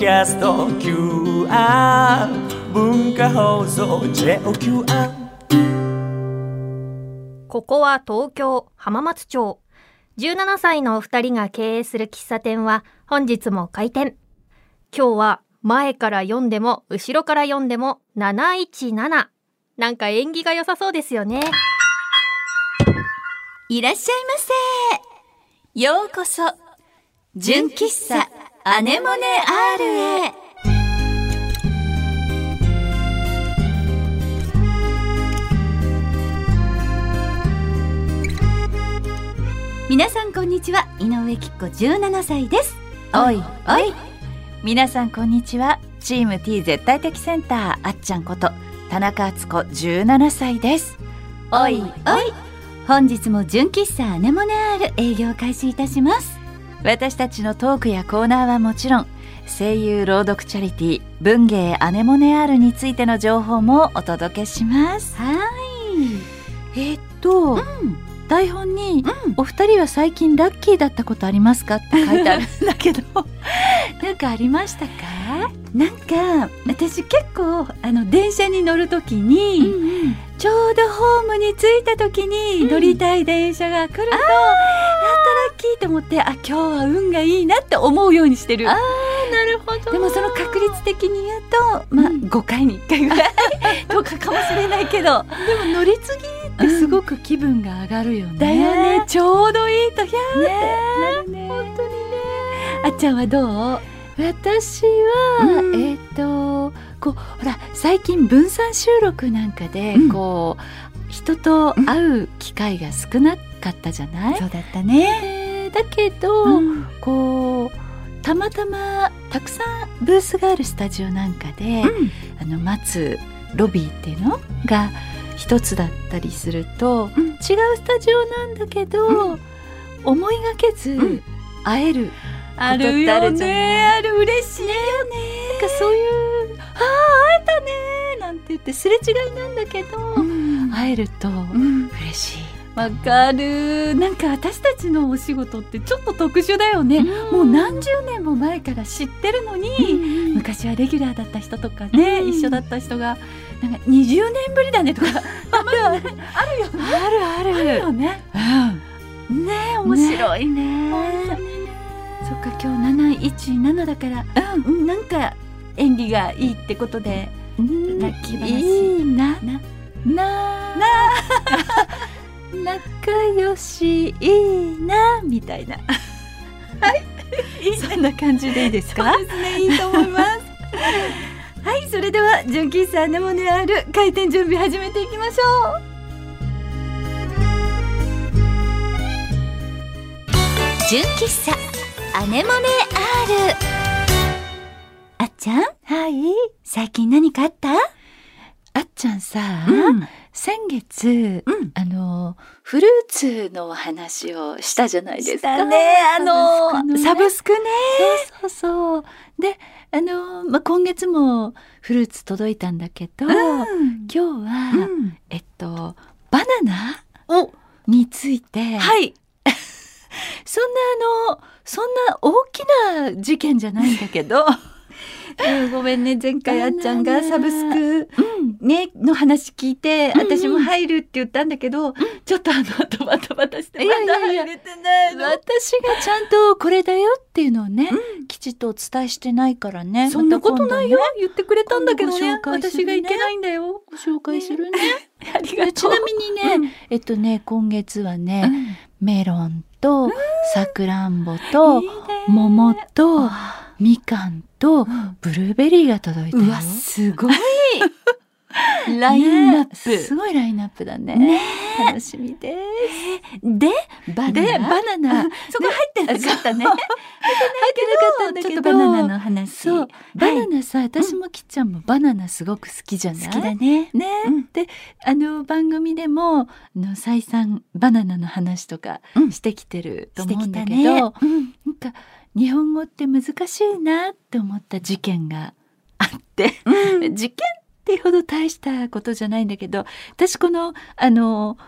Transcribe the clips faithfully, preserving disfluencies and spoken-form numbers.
キャスト キューアール 文化放送 ジェイキューアール。 ここは東京浜松町。じゅうななさいのお二人が経営する喫茶店は本日も開店。今日は前から読んでも後ろから読んでもなないちなな。なんか縁起が良さそうですよね。 いらっしゃいませ。ようこそ純喫茶アネモネ R へ。皆さんこんにちは、井上貴子じゅうななさいです。 おいおい、皆さんこんにちは。チーム T 絶対的センターあっちゃんこと田中敦子じゅうななさいです。 おいおい、本日も純喫茶アネモネ R 営業開始いたします。 私たちのトークやコーナーはもちろん、声優朗読チャリティー文芸アネモネ R についての情報もお届けします。 はい。 えー、っと、うん、台本に、うん、お二人は最近ラッキーだったことありますかって書いてあるんだけどなんかありましたか？ なんか私結構あの電車に乗るときに、うんうん、ちょうどホームに着いたときに乗りたい電車が来ると、うん、やったラッキーと思って、あ、今日は運がいいなって思うようにしてる。 あー、なるほど。 でもその確率的に言うと、まあ、うん、ごかいにいっかいぐらいとかかもしれないけど、 でも乗り継ぎってすごく気分が上がるよね、うん、 だよね。ちょうどいいとひゃーってなるね。 本当にね。 あっちゃんはどう？ 私は、うん、えっ、ー、とこうほら最近分散収録なんかで、うん、こう人と会う機会が少なかったじゃない、 うん、そうだったね。 だけど、うん、こうたまたまたくさんブースがあるスタジオなんかで、うん、あの待つロビーっていうのが一つだったりすると、うん、違うスタジオなんだけど、うん、思いがけず会えることってあるじゃない？ あるよね。ある、嬉しいよね。 なんかそういうああ会えたねなんて言ってすれ違いなんだけど、うん、会えると嬉しい。 わ、うん、かる。なんか私たちのお仕事ってちょっと特殊だよね、うん、もう何十年も前から知ってるのに、うん、昔はレギュラーだった人とかね、うん、一緒だった人がなんかにじゅうねんぶりだねとかあるあるあるよね。 あるあるあるよね、 うん、 ね、面白いね。 本当にね。 そっか、今日なないちななだから、うん、なんか縁起がいいってことで、 うん、 ラッキー話いいなななな仲良しいいなみたいなはいいい、ね、そんな感じでいいですか？ そうですね、いいと思いますはい、それでは純喫茶アネモネ R 開店準備始めていきましょう。純喫茶アネモネ R。 あっちゃん、 はい、 最近何かあった？ あっちゃんさ、 うん、 先月、うん、あのフルーツの話をしたじゃないですか。 したね、あのサブスクね。そうそうそう。で、あの、ま、今月もフルーツ届いたんだけど、うん、今日は、うん、えっとバナナについて、 はいそんなあのそんな大きな事件じゃないんだけどうん、ごめんね、前回あっちゃんがサブスク、うん、ねの話聞いて、うんうん、私も入るって言ったんだけど、うん、ちょっとあの後バタバタしてまだ入れてないの。 私がちゃんとこれだよっていうのをね、うん、きちっとお伝えしてないからね。 そんなことないよ、言ってくれたんだけどね、 ね、 私がいけないんだよ。 ご紹介するねありがとう。 ちなみにね、うん、えっとね今月はね、うん、メロンとさくらんぼと、いいね、桃とみかんとブルーベリーが届いたよ。 うわ、すごいラインナップ、ね、 すごいラインナップだね。 ね、 楽しみです。 で、バナナ、 でバナナそこ入ってなかったね。入ってなかったんだけど、 ちょっとバナナの話。そう、 はい、 バナナさ、私もきっちゃんもバナナすごく好きじゃない？ 好きだね。 ね、うん、で、あの番組でもあの再三バナナの話とかしてきてると思うんだけど、うん、ね、うん、なんか日本語って難しいなって思った事件があって、うん、事件ってほど大したことじゃないんだけど、私このあの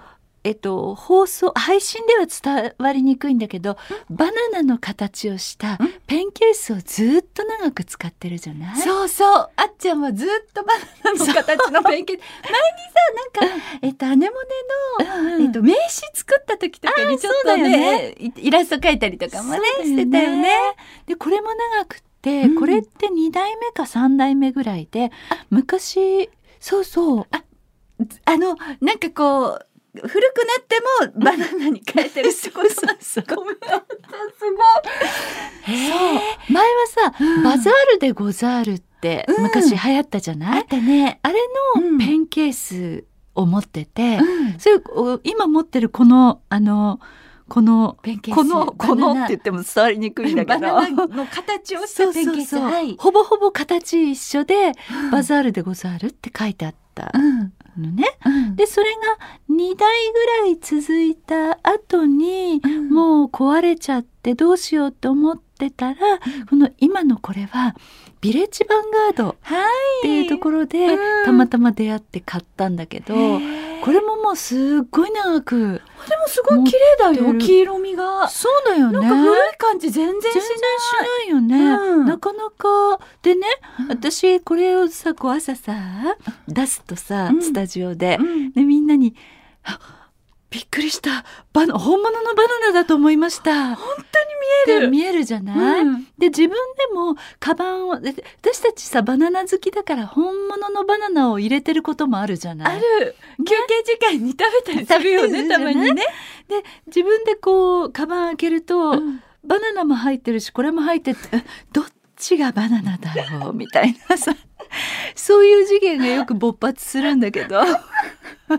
えっと、放送配信では伝わりにくいんだけど、バナナの形をしたペンケースをずっと長く使ってるじゃない？ そうそう、あっちゃんはずっとバナナの形のペンケース前にさ、なんか、えっと、アネモネの、 うんえっと、名刺作った時とかにちょっとね、イイラスト描いたりとかもねしてたよね。 でこれも長くて、うん、これってにだいめかさんだいめぐらいで、昔そうそうああのなんかこう古くなってもバナナに変えてるってことなんですごい。すごい。そう前はさ、うん、バザールでござるって昔流行ったじゃない？うん、 あったね。 あれのペンケースを持ってて、うん、それ今持ってるこのあのこのペンケース、 このこのって言っても伝わりにくいんだけど、 バナナの形をしたペンケース、 そうそうそう、 はい、 ほぼほぼ形一緒で、うん、バザールでござるって書いてあったのね、うん、でそれがにだいぐらい続いた後に、うん、もう壊れちゃってどうしようと思ってたら、うん、この今のこれはビレッジヴァンガードっていうところで、はい、たまたま出会って買ったんだけど、これももうすっごい長く、でもすごい綺麗だよ、黄色みが。 そうだよね。 なんか古い感じ全然しない。 全然しないよね、うん、なかなかでね、うん、私これをさこう朝さ出すとさ、うん、スタジオで、うん、でみんなにあびっくりしたバナ本物のバナナだと思いました。 本当に見える見えるじゃない、うん、で自分でもカバンを私たちさバナナ好きだから本物のバナナを入れてることもあるじゃない。 ある、ね、休憩時間に食べたりするよねたまにね。 で自分でこうカバン開けると、うん、バナナも入ってるしこれも入っててどっちがバナナだろうみたいなさそういう事件がよく勃発するんだけど面白い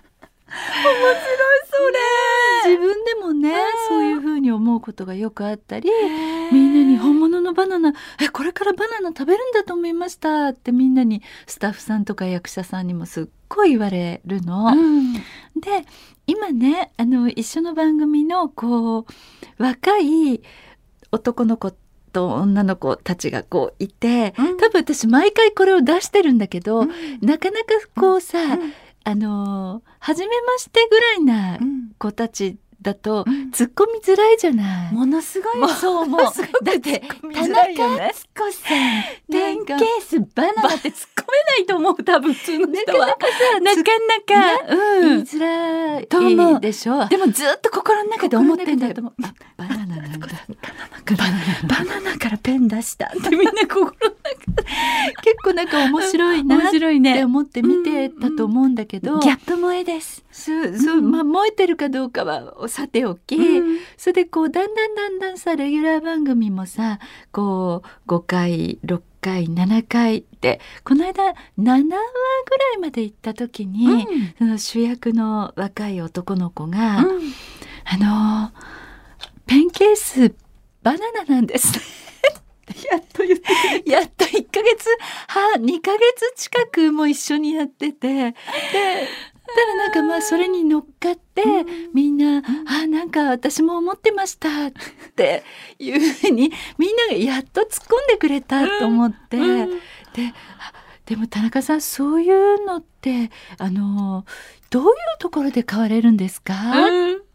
それ。自分でもねそういう風に思うことがよくあったり、みんなに本物のバナナえこれからバナナ食べるんだと思いましたってみんなにスタッフさんとか役者さんにもすっごい言われるの、うん、で今ねあの一緒の番組のこう若い男の子と女の子たちがこういて、うん、多分私毎回これを出してるんだけど、うん、なかなかこうさ、うんあのー、初めましてぐらいな子たちだと突っ込みづらいじゃない、 うん、ものすごいそう思う。だって田中敦子さんペンケースバナナって突っ込めないと思う多分普通の人はなかなかさなかなか、 うん、言いづらいと思うでしょ。 でもずっと心の中で思ってんだよ。 あバナナなんだバナナバナナからペン出したってみんな心の中結構なんか面白いなって思って見てたと思うんだけど、 うんうん、ギャップ萌えです。 そうそう、まあ、燃えてるかどうかはさておき、うん、それでこうだんだんだんだんさレギュラー番組もさこうごかいろっかいななかいってこの間ななわぐらいまで行った時に、うん、その主役の若い男の子が、うん、あのペンケースバナナなんですやっと言ってやっといっかげつはにかげつ近くも一緒にやっててでただなんかまあそれに乗っかって、うん、みんな、うん、あなんか私も思ってましたっていうふうにみんながやっと突っ込んでくれたと思って、うんうん、で, でも田中さんそういうのってあのどういうところで買われるんですか、うん、って、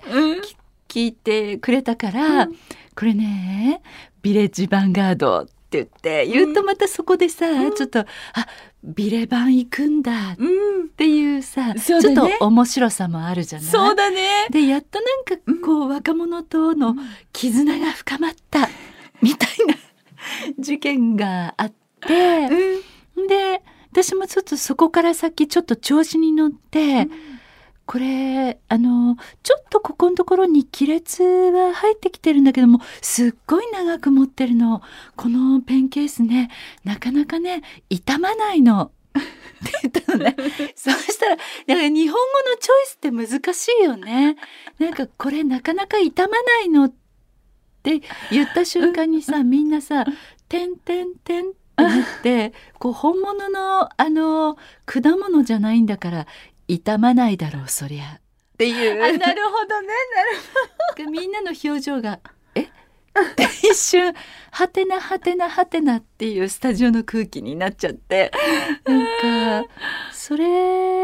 うん、聞いてくれたから、うん、これねビレッジヴァンガードって言って言うとまたそこでさ、うん、ちょっとあビレバン行くんだっていうさ、うん、ちょっと面白さもあるじゃない。 そうだね。 でやっとなんかこう、うん、若者との絆が深まったみたいな事件があって、うん、で私もちょっとそこから先ちょっと調子に乗って、うんこれあのちょっとここのところに亀裂は入ってきてるんだけどもすっごい長く持ってるのこのペンケースねなかなかね傷まないのって言ったのねそうしたらなんか日本語のチョイスって難しいよね。なんかこれなかなか傷まないのって言った瞬間にさみんなさてんてんてんってなってこう本物のあの果物じゃないんだから傷まないだろうそりゃっていうあなるほどねなるほどみんなの表情がえって一瞬はてなはてなはてなっていうスタジオの空気になっちゃってなんかそれ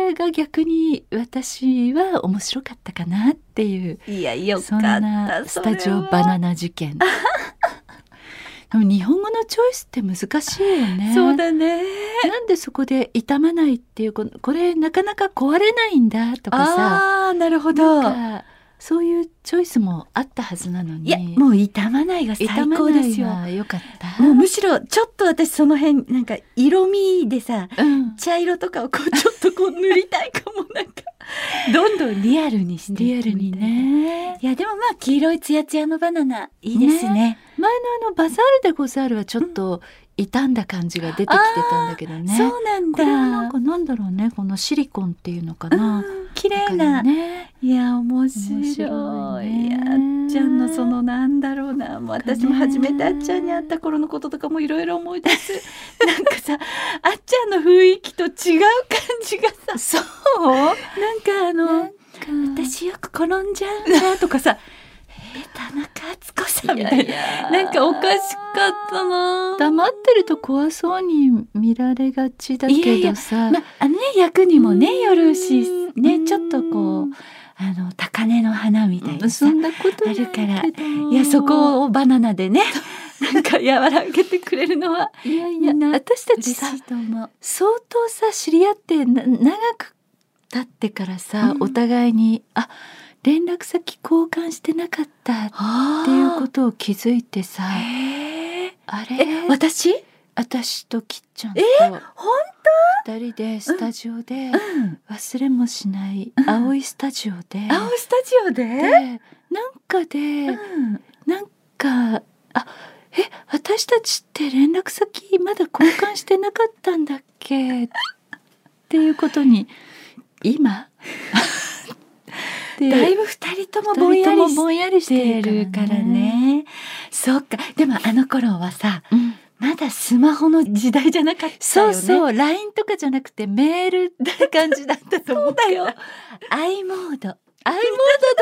れが逆に私は面白かったかなっていう、 いやよかったそんなスタジオバナナ事件。でも日本語のチョイスって難しいよね。 そうだね。 なんでそこで傷まないっていう、これなかなか壊れないんだとかさ、 あーなるほど。 なんかそういうチョイスもあったはずなのに。 いやもう傷まないが最高ですよ。 傷まないがよかった。 もうむしろちょっと私その辺なんか色味でさ、 うん、 茶色とかをこうちょっとこう塗りたいかも。なんかどんどんリアルにしていくみたいな。 リアルにね。 いやでもまあ黄色いツヤツヤのバナナいいですね。ね、 前のあのバザールでござるはちょっと傷んだ感じが出てきてたんだけどね。 そうなんだ。 これはなんかなんだろうね、このシリコンっていうのかな、 綺麗な、 ね、 いや面白い。 面白いね。 いやあっちゃんのそのなんだろうな、もう私も初めてあっちゃんに会った頃のこととかもいろいろ思い出す。なんかさ、あっちゃんの雰囲気と違う感じがさ、そうなんかあの私よく転んじゃうんだとかさ、えー、田中敦子さんみたいな、いやいやなんかおかしかったな。 黙ってると怖そうに見られがちだけどさ、いやいや、 まあのね、役にもねよるしね、ちょっとこうあの高嶺の花みたいなさ、 そんなことあるから、いやそこをバナナでねなんか和らげてくれるのは、 いやいや私たちさ相当さ知り合ってな長く経ってからさ、うん、お互いにあ連絡先交換してなかったっていうことを気づいてさ、あれえ私私ときっちゃんとふたりでスタジオで忘れもしない青いスタジオで、 うん、青いスタジオででなんかで、うん、なんかあえ私たちって連絡先まだ交換してなかったんだっけっていうことに今だいぶ二人ともぼんやりぼんやりしてるからね。そっか。でもあの頃はさ、うん、まだスマホの時代じゃなかったよね。 そうそう、ライン とかじゃなくてメールって感じだったと思うから。 そうだよ。i モード i モードとか、あ、そういうのだったね。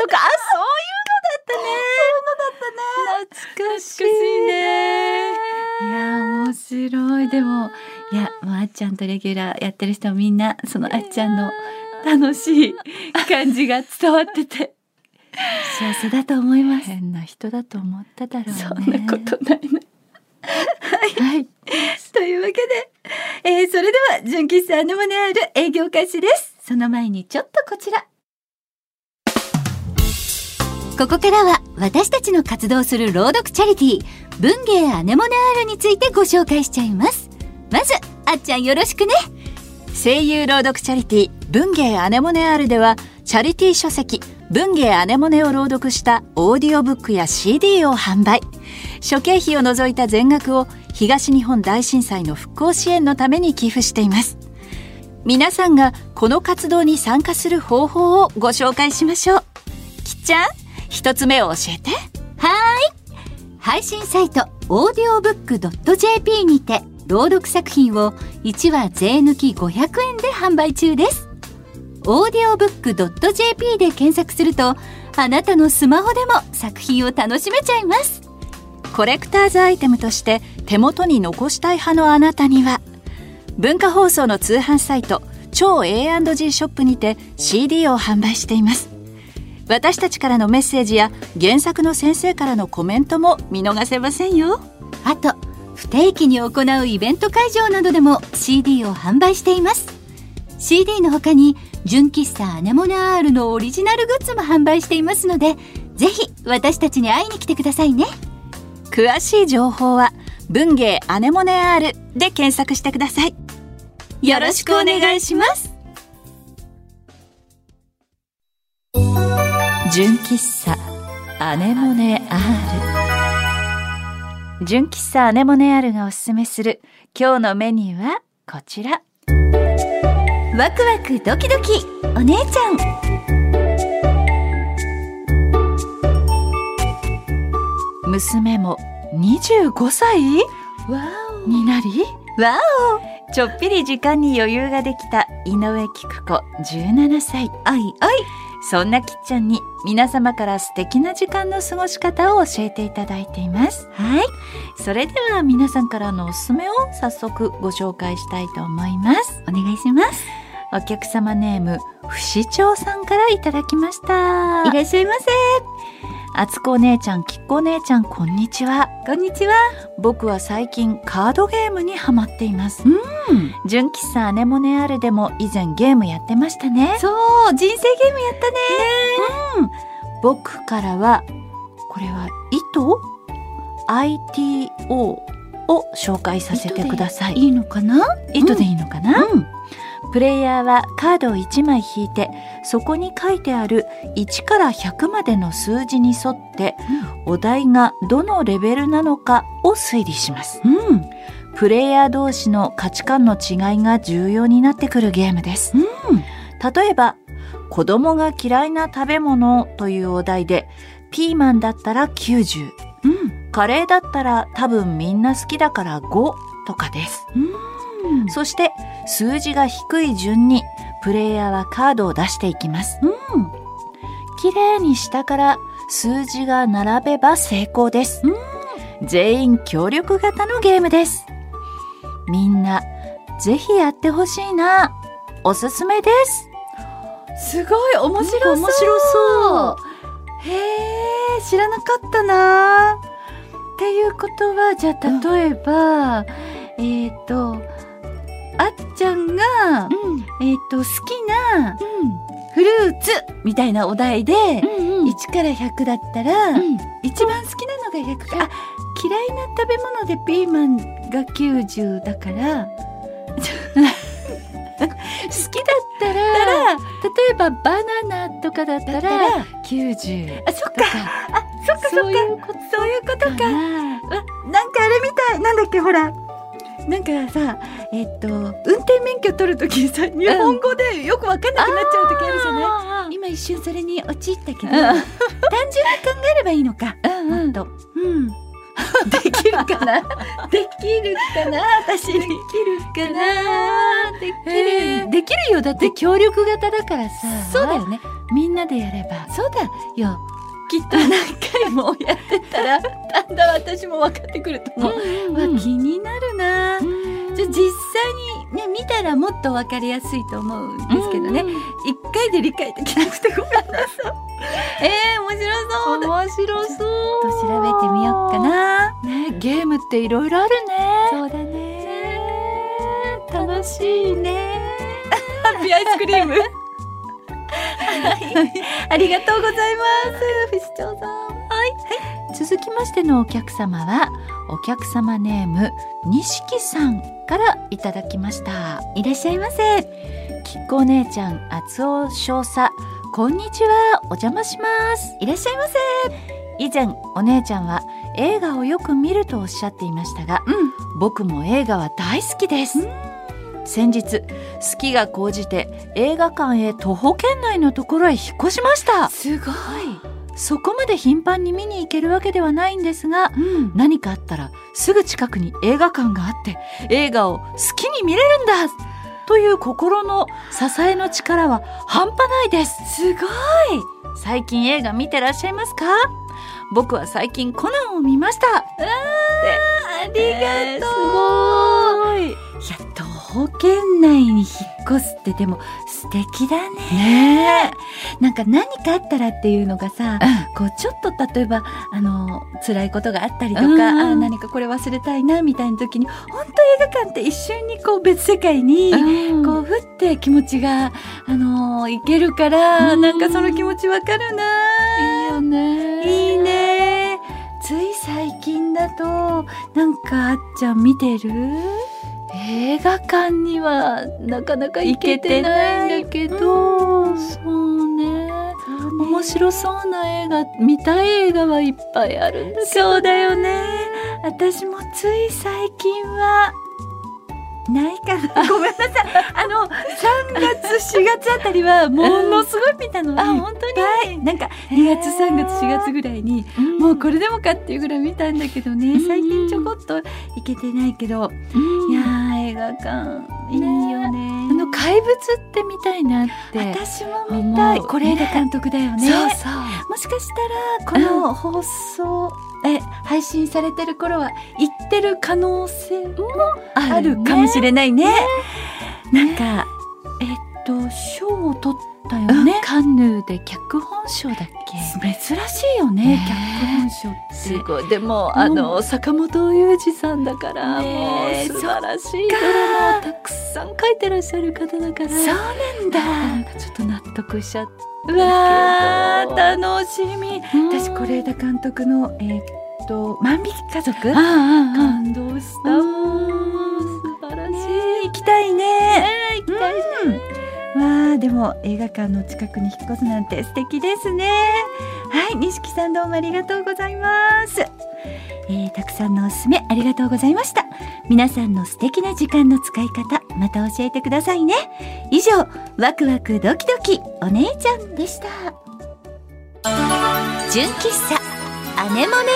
そういうのだったね。懐かしいね。 いや面白い。でもいやもうあっちゃんとレギュラーやってる人もみんなそのあっちゃんの楽しい感じが伝わってて幸せだと思います。 変な人だと思っただろうね。 そんなことないね。はい、はい、というわけで、えー、それでは純喫茶アネモネアール営業開始です。その前にちょっとこちら。 ここからは私たちの活動する朗読チャリティー文芸アネモネアールについてご紹介しちゃいます。まずあっちゃんよろしくね。 声優朗読チャリティー文芸アネモネアールではチャリティー書籍文芸アネモネを朗読したオーディオブックや シーディー を販売。諸経費を除いた全額を東日本大震災の復興支援のために寄付しています。皆さんがこの活動に参加する方法をご紹介しましょう。きっちゃん一つ目を教えて。 はーい、配信サイトオーディオブックドットジェーピー にて朗読作品をいちわ税抜きごひゃくえんで販売中です。オーディオブックドットジェーピー で検索するとあなたのスマホでも作品を楽しめちゃいます。 コレクターズアイテムとして手元に残したい派のあなたには文化放送の通販サイト超 エーアンドジー ショップにて シーディー を販売しています。私たちからのメッセージや原作の先生からのコメントも見逃せませんよ。 あと不定期に行うイベント会場などでも シーディー を販売しています。 シーディー の他に純喫茶アネモネアールのオリジナルグッズも販売していますのでぜひ私たちに会いに来てくださいね。 詳しい情報は文芸アネモネアールで検索してください。よろしくお願いします。 純喫茶アネモネアール。純喫茶アネモネアールがおすすめする今日のメニューはこちら。 ワクワクドキドキお姉ちゃん。 娘もにじゅうごさいになり、 わおちょっぴり時間に余裕ができた井上菊子じゅうななさい。 おいおい。 そんなきっちゃんに皆様から素敵な時間の過ごし方を教えていただいています。 はい、 それでは皆さんからのおすすめを早速ご紹介したいと思います。 お願いします。 お客様ネーム不死鳥さんからいただきました。 いらっしゃいませ。 あつこお姉ちゃん、きっこお姉ちゃん、こんにちは。 こんにちは。 僕は最近カードゲームにハマっています。 うん。 純喫茶アネモネアルでも以前ゲームやってましたね。 そう、人生ゲームやったね。 うん。僕からはこれは糸 アイティーオー を紹介させてください。 いいのかな？ 糸でいいのかな、 うん。 プレイヤーはカードをいちまい引いて、そこに書いてあるいちからひゃくまでの数字に沿って、うん、お題がどのレベルなのかを推理します、 うん、 プレイヤー同士の価値観の違いが重要になってくるゲームです、 うん、 例えば子供が嫌いな食べ物というお題で、ピーマンだったらきゅうじゅう、 うん、 カレーだったら多分みんな好きだからごとかです、 うん、 そして数字が低い順にプレイヤーはカードを出していきます、 うん、 きれいに下から数字が並べば成功です、 うん、 全員協力型のゲームです。みんなぜひやってほしいな。おすすめです。 すごい面白そう。 面白そう。 へー、知らなかったな。っていうことは、じゃあ例えば、うん、えっとあっちゃんが、うん、えっと好きなフルーツみたいなお題で、うんうん、いちからひゃくだったら、うん、一番好きなのがひゃくか、あ、嫌いな食べ物でピーマンがきゅうじゅうだから好きだったら、例えばバナナとかだったらきゅうじゅう。あ、そっか。あ、そっかそっか。そういうことか。そういうことか。なんかあれみたい。なんだっけ、ほら。なんかさ、えっと運転免許取るときにさ、日本語でよくわかんなくなっちゃうときあるじゃない。今一瞬それに陥ったけど、単純に考えればいいのか。うんうん。と。うん。できるかなできるかな私できるかなできるできるよ。だって協力型だからさ。そうだよね。みんなでやれば。そうだよ。きっと何回もやってたらだんだん私も分かってくると思う。うんうんうん、わ、気になるな。じゃあ実際にね見たらもっと分かりやすいと思うんですけどね。一、うんうん、回で理解できなくてごめんなさい。えー、面白そうだ。面白そう。ちょっと調べてみようかな。ね、ゲームっていろいろあるね。そうだね。楽しいね。ハッピーアイスクリーム。ありがとうございます。不死鳥さん。はい、 はい。続きましてのお客様はお客様ネーム錦さんからいただきました。 いらっしゃいませ。 きっこお姉ちゃん、あつお少佐、こんにちは。お邪魔します。 いらっしゃいませ。 以前お姉ちゃんは映画をよく見るとおっしゃっていましたが、うん、僕も映画は大好きです。うん、先日好きが高じて映画館へ徒歩圏内のところへ引っ越しました。 すごい。 そこまで頻繁に見に行けるわけではないんですが、うん、何かあったらすぐ近くに映画館があって映画を好きに見れるんだという心の支えの力は半端ないです。 すごい。 最近映画見てらっしゃいますか？僕は最近コナンを見ました。あありがとう、えー、すごい。いや、徒歩圏内に引っ越すってでも素敵だね。ねえ。なんか何かあったらっていうのがさ、うん、こうちょっと例えばあの辛いことがあったりとか、うん、あ何かこれ忘れたいなみたいな時に、本当映画館って一瞬にこう別世界に、うん、こうふって気持ちがあのいけるから、うん、なんかその気持ちわかるな。いいよね。いいね。つい最近だとなんかあっちゃん見てる？映画館にはなかなか行けてないんだけど、うん、そうね、そうね、面白そうな映画、見たい映画はいっぱいあるんだけど、ね、そうだよね。私もつい最近はないかな。ごめんなさい。あのさんがつしがつあたりはものすごい見たのに、うん、あ、本当になんかにがつさんがつしがつぐらいに、うん、もうこれでもかっていうぐらい見たんだけどね、うん、最近ちょこっと行けてないけど、うん、いやー映画館いいよね。あの怪物って見たいなって。私も見たい。是枝監督だよね。そうそう。もしかしたらこの放送、うん、え配信されてる頃は行ってる可能性もあるかもしれないね。ね、なんかえっと賞を取ったよね、 カンヌで脚本賞だっけ。 珍しいよね、 ね脚本賞ってすごい。でもあの坂本雄二さんだから、 ねもう素晴らしいドラマをたくさん書いてらっしゃる方だから、 そうなんだ。 なんかちょっと納得しちゃってうわー楽しみ。 うん私是枝監督のえーっと万引き家族ああ感動したもん。 素晴らしい、 ね行きたいね。行きたいね。わあでも映画館の近くに引っ越すなんて素敵ですね。はい、錦さんどうもありがとうございます。えー、たくさんのおすすめありがとうございました。皆さんの素敵な時間の使い方また教えてくださいね。以上ワクワクドキドキお姉ちゃんでした。 純喫茶アネモネ アール。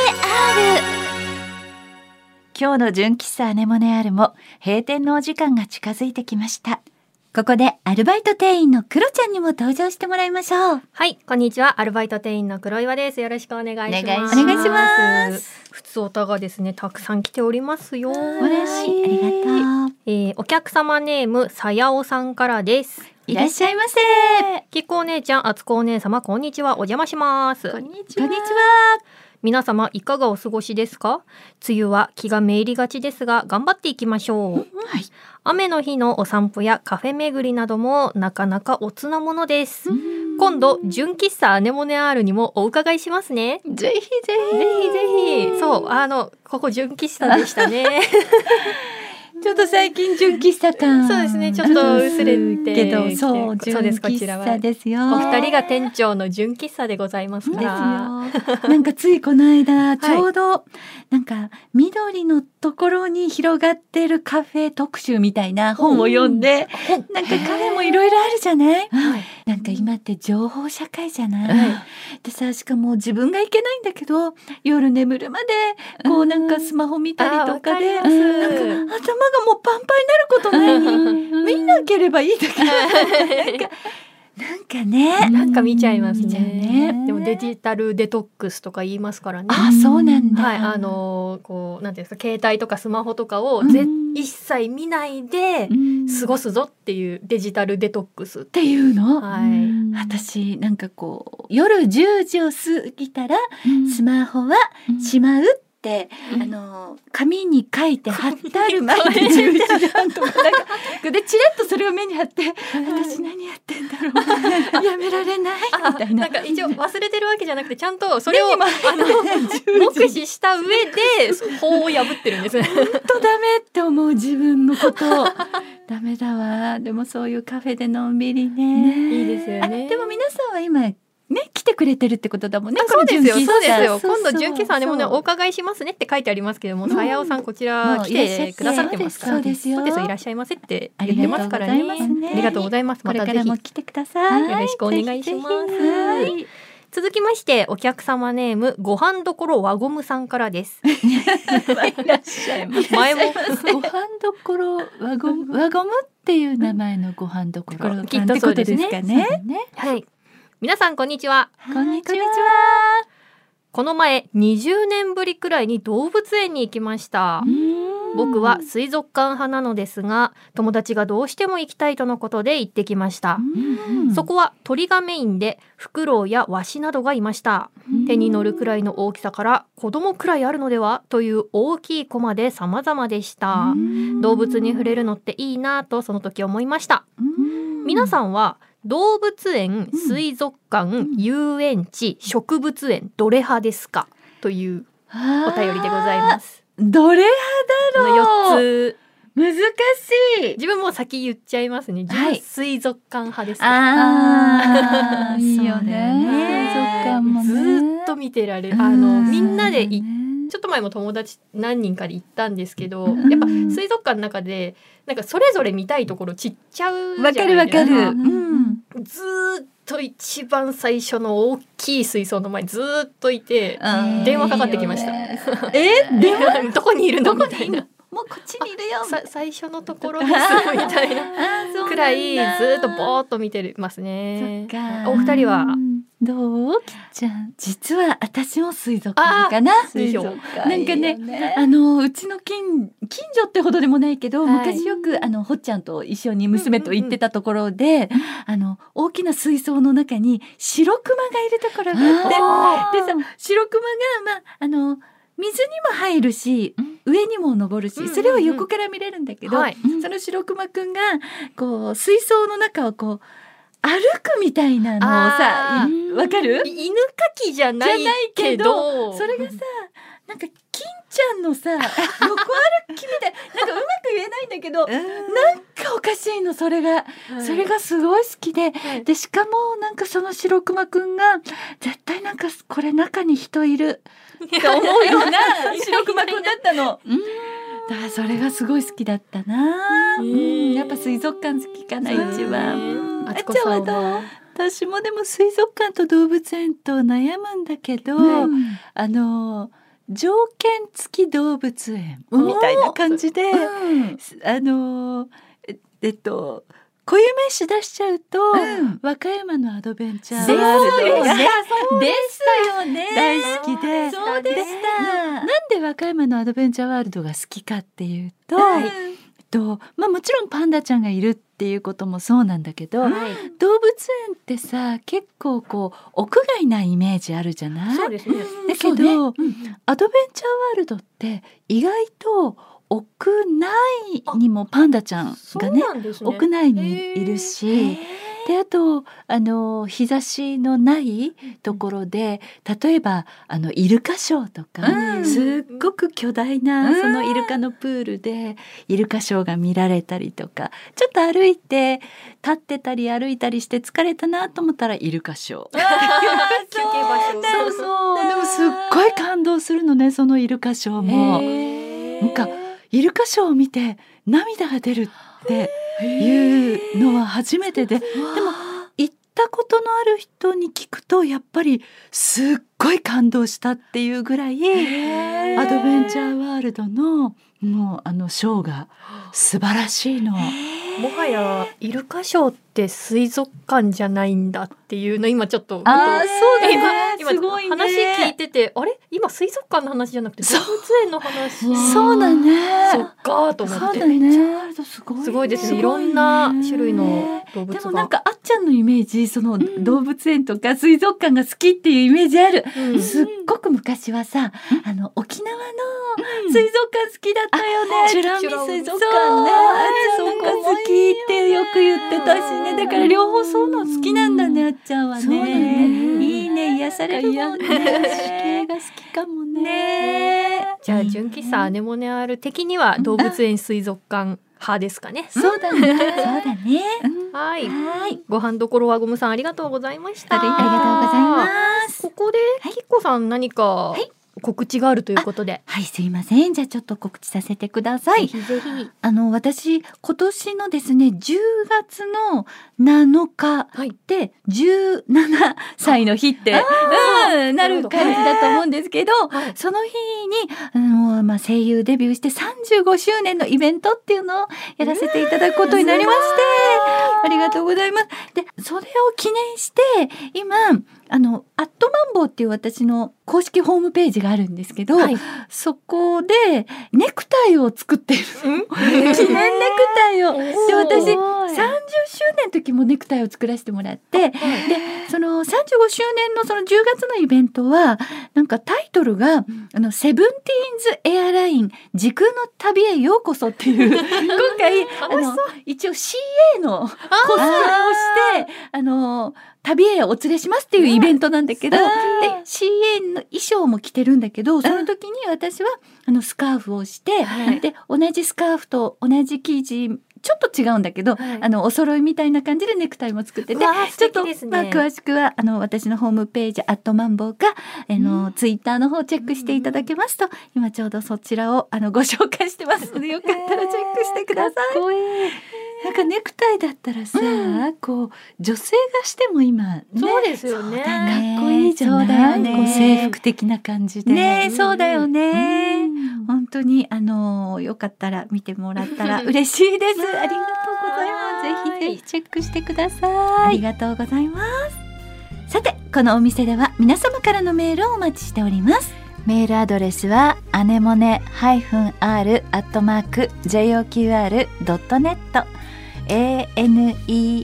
今日の純喫茶アネモネ R も閉店のお時間が近づいてきました。ここでアルバイト店員のクロちゃんにも登場してもらいましょう。 はい、こんにちは。アルバイト店員の黒岩です。よろしくお願いします。 お願いしますお願いします。 普通おたがですね、たくさん来ておりますよ。 嬉しい。ありがとう。 えー、お客様ネームさやおさんからです。 いらっしゃいませ。 きっこお姉ちゃん、あつこお姉様、こんにちは。お邪魔します。 こんにちは。 皆様いかがお過ごしですか？梅雨は気がめいりがちですが頑張っていきましょう。はい、雨の日のお散歩やカフェ巡りなどもなかなかおつなものです。今度純喫茶アネモネ R にもお伺いしますね。 ぜひぜひぜひぜひ。そう、あのここ純喫茶でしたね。 ちょっと最近純喫茶感そうですね、ちょっと薄れてけど、そうそうです、こちらは純喫茶ですよ。 お二人が店長の純喫茶でございますから。 ですよ。なんかついこの間ちょうど、はい、なんか緑のところに広がってるカフェ特集みたいな本を読んで、うん、なんかカフェもいろいろあるじゃない、はい、なんか今って情報社会じゃない、はい、でさ、しかも自分がいけないんだけど夜眠るまでこうなんかスマホ見たりとかで、うん、なんか頭がもうパンパンになることないに見なければいいだけなんかなんかね、 なんか見ちゃいますね。 ねでもデジタルデトックスとか言いますからね。 あ、そうなんだ。 はい、あのこうなんていうんですか、携帯とかスマホとかをぜ、うん、一切見ないで過ごすぞっていうデジタルデトックスっていうの。 はい。 私なんかこう夜じゅうじを過ぎたら、うん、スマホはしまうって、うん、あの紙に書いて貼ってある前にじゅうじはんとかなんかでチラッとそれを目に貼って私何やってんだろうやめられないみたいな。 なんか一応忘れてるわけじゃなくてちゃんとそれをあの目視した上で法を破ってるんですね。 本当ダメって思う自分のことダメだわ。でもそういうカフェでのんびり ね, ねいいですよね。 でも皆さんは今ね、来てくれてるってことだもんね。 そうですよ、そうですよ。今度純喫茶でもね、お伺いしますねって書いてありますけども、さやおさんこちら来てくださってますから。 そうですよ。 そうですよ、いらっしゃいませって言ってますからね。ありがとうございます。 これからも来てください。 よろしくお願いします。続きましてお客様ネームご飯どころ輪ゴムさんからです。 いらっしゃいます。 前もご飯どころ輪ゴム輪ゴムっていう名前のご飯どころきっとそうですね。 はい。 皆さんこんにちは。 こんにちは。 この前にじゅうねんぶりくらいに動物園に行きました。僕は水族館派なのですが、友達がどうしても行きたいとのことで行ってきました。そこは鳥がメインでフクロウやワシなどがいました。手に乗るくらいの大きさから子供くらいあるのではという大きいコマで様々でした。動物に触れるのっていいなとその時思いました。皆さんは動物園、水族館、うん、遊園地、植物園どれ派ですかというお便りでございます。 どれ派だろう。 よっつ難しい。 自分も先言っちゃいますね。 はい、 水族館派です、ね。 ああいいよね。 水族館もね。ずっと見てられる。あのみんなで行ってちょっと前も友達何人かで行ったんですけど、やっぱ水族館の中でなんかそれぞれ見たいところちっちゃうじゃないですか。 わかるわかる、うん、 ずっと一番最初の大きい水槽の前にずっといて電話かかってきました。 え電話どこにいるのみたいな。 もうこっちにいるよさ最初のところですみたいなくらいずっとぼーっと見てますね。 そっか。 お二人はどうきっちゃん。実は私も水族館かな。 水族館なんかね、あのうちの近近所ってほどでもないけど、はい、昔よくあのほっちゃんと一緒に娘と行ってたところで、うんうんうん、あの大きな水槽の中に白クマがいるところがあって、でさ白クマがまああの水にも入るし、うん、上にも登るし、それを横から見れるんだけど、うんうんうん、その白クマくんがこう水槽の中をこう歩くみたいなのをさ、わかる？ 犬かきじゃないけど、 それがさ、なんか金ちゃんのさ横歩きみたい、なんかうまく言えないんだけど、なんかおかしいの、それが、はい、それがすごい好きで、はい、でしかもなんかその白クマくんが絶対なんかこれ中に人いるって思うような白クマくんだったの。うんだからそれがすごい好きだったな。うん、やっぱ水族館好きかな一番。あっちゃんはどう？私もでも水族館と動物園と悩むんだけど、うん、あの条件付き動物園みたいな感じで、うん、あのえ、えっと固有名詞出しちゃうと、うん、和歌山のアドベンチャーワールドがですよね、大好きで、そうでした。なんで和歌山のアドベンチャーワールドが好きかっていうと、はい、とまあ、もちろんパンダちゃんがいるっていうこともそうなんだけど、はい、動物園ってさ結構こう屋外なイメージあるじゃない？そうですね。だけど、ね、うん、アドベンチャーワールドって意外と屋内にもパンダちゃんが ね, ね屋内にいるし、であとあの日差しのないところで、例えばあのイルカショーとか、うん、すっごく巨大なそのイルカのプールでイルカショーが見られたりとか、ちょっと歩いて立ってたり歩いたりして疲れたなと思ったらイルカショー休憩場所、そうそう、でもすっごい感動するのね、そのイルカショーも。なんかイルカショーを見て涙が出るっていうのは初めてで、でも行ったことのある人に聞くとやっぱりすっごい感動したっていうぐらいアドベンチャーワールドのもうあのショーが素晴らしいの。 もはやイルカショーって水族館じゃないんだっていうの今ちょっと、あ、そうだね、今、今すごいね、話聞いてて、あれ今水族館の話じゃなくて動物園の話。 そうだね、 そっかと思って。 そうだね、 すごい、すごいですね、いろんな種類の動物が。 でもなんかあっちゃんのイメージ、その動物園とか水族館が好きっていうイメージある、うん、すっごく昔はさ、うん、あの沖縄の水族館好きだったよね、 美ら海水族館ね、 そこ好きってよく言ってたしね。だから両方そうの好きなんだね、あっちゃんはね。そうだね、いいね、癒されるもんね。地形が好きかもね。ね、 じゃあ純喫茶アネモネアール的には動物園水族館派ですかね。 そうだね、そうだね。 はい、はい、ご飯どころはゴムさんありがとうございました。 ありがとうございます。 ここできっこさん何か、はい、告知があるということで。 はい、すいません。じゃあちょっと告知させてください。 ぜひぜひ。 あの私今年のですねじゅうがつのなのかでじゅうななさいの日って、うん、なる感じだと思うんですけど、はい、その日にあの、まあ、声優デビューしてさんじゅうごしゅうねんのイベントっていうのをやらせていただくことになりまして、ありがとうございます。でそれを記念して今あのアットマンボウっていう私の公式ホームページがあるんですけど、はい、そこでネクタイを作ってる記念ネクタイをで私さんじゅっしゅうねんの時もネクタイを作らせてもらって、でそのさんじゅうごしゅうねんのそのじゅうがつのイベントはなんかタイトルがあのセブンティーンズエアライン時空の旅へようこそっていう今回あの一応 シーエー のコスプレをしてあの旅へお連れしますっていうイベントなんだけど、で シーエー の衣装も着てるんだけど、その時に私はあのスカーフをして、はい、で同じスカーフと同じ生地ちょっと違うんだけど、はい、あのお揃いみたいな感じでネクタイも作ってて、ちょっと、ね、まあ、詳しくはあの私のホームページアットマンボウかあの、うん、ツイッターの方チェックしていただけますと、今ちょうどそちらをあのご紹介してますので、よかったらチェックしてください。かっこいい。なんかネクタイだったらさ、うん、こう女性がしても今、ね、 そうですよね、 かっこいいじゃない、ね、こう制服的な感じでね、そうだよね、 うん、本当にあのよかったら見てもらったら嬉しいです。ありがとうございます。ぜひぜひチェックしてください。 ありがとうございます。さて、このお店では皆様からのメールをお待ちしております。 メールアドレスはアネモネ -r アットマーク ジェイオーキューアール ドットネット アネモネ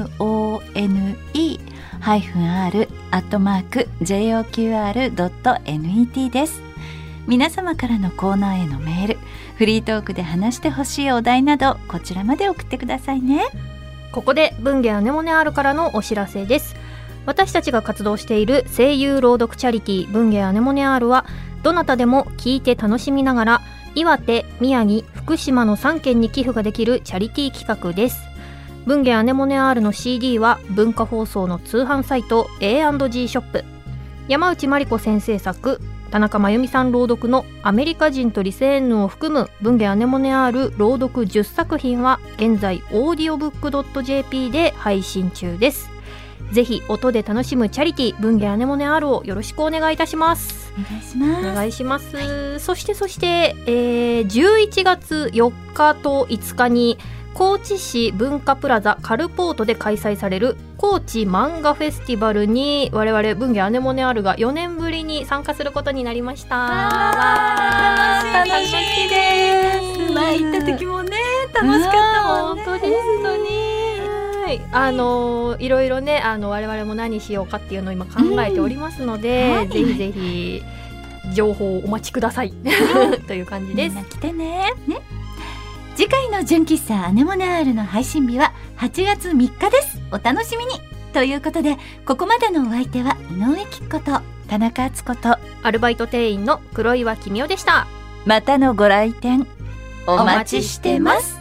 -r アットマーク ジェイオーキューアール ドットネット です。皆様からのコーナーへのメール、フリートークで話してほしいお題などこちらまで送ってくださいね。 ここで文芸アネモネ R からのお知らせです。私たちが活動している声優朗読チャリティー文芸アネモネ R はどなたでも聞いて楽しみながら岩手、宮城、福島のさんけんに寄付ができるチャリティー企画です。文芸アネモネ R の シーディー は文化放送の通販サイト エーアンドジー ショップ、山内真理子先生作、田中真由美さん朗読のアメリカ人とリセーヌを含む文芸アネモネ R 朗読じゅっさくひんは現在オーディオブックドットジェーピー で配信中です。ぜひ音で楽しむチャリティー文芸アネモネ R をよろしくお願いいたします。 お願いします。 お願いします、はい、そしてそして、えー、じゅういちがつよっかといつかに高知市文化プラザカルポートで開催される高知漫画フェスティバルに我々文芸アネモネ R がよねんぶりに参加することになりました。 わー、楽しみです。前行った時もね楽しかったもんね。 本当です。本当にあのいろいろねあの我々も何しようかっていうのを今考えておりますので、 うんはい、 ぜひぜひ情報をお待ちくださいという感じです。 みんな来てね。ね。次回の純喫茶アネモネ R の配信日ははちがつみっかです。お楽しみに。ということでここまでのお相手は井上貴子と田中敦子とアルバイト店員の黒岩君代でした。 またのご来店お待ちしてます。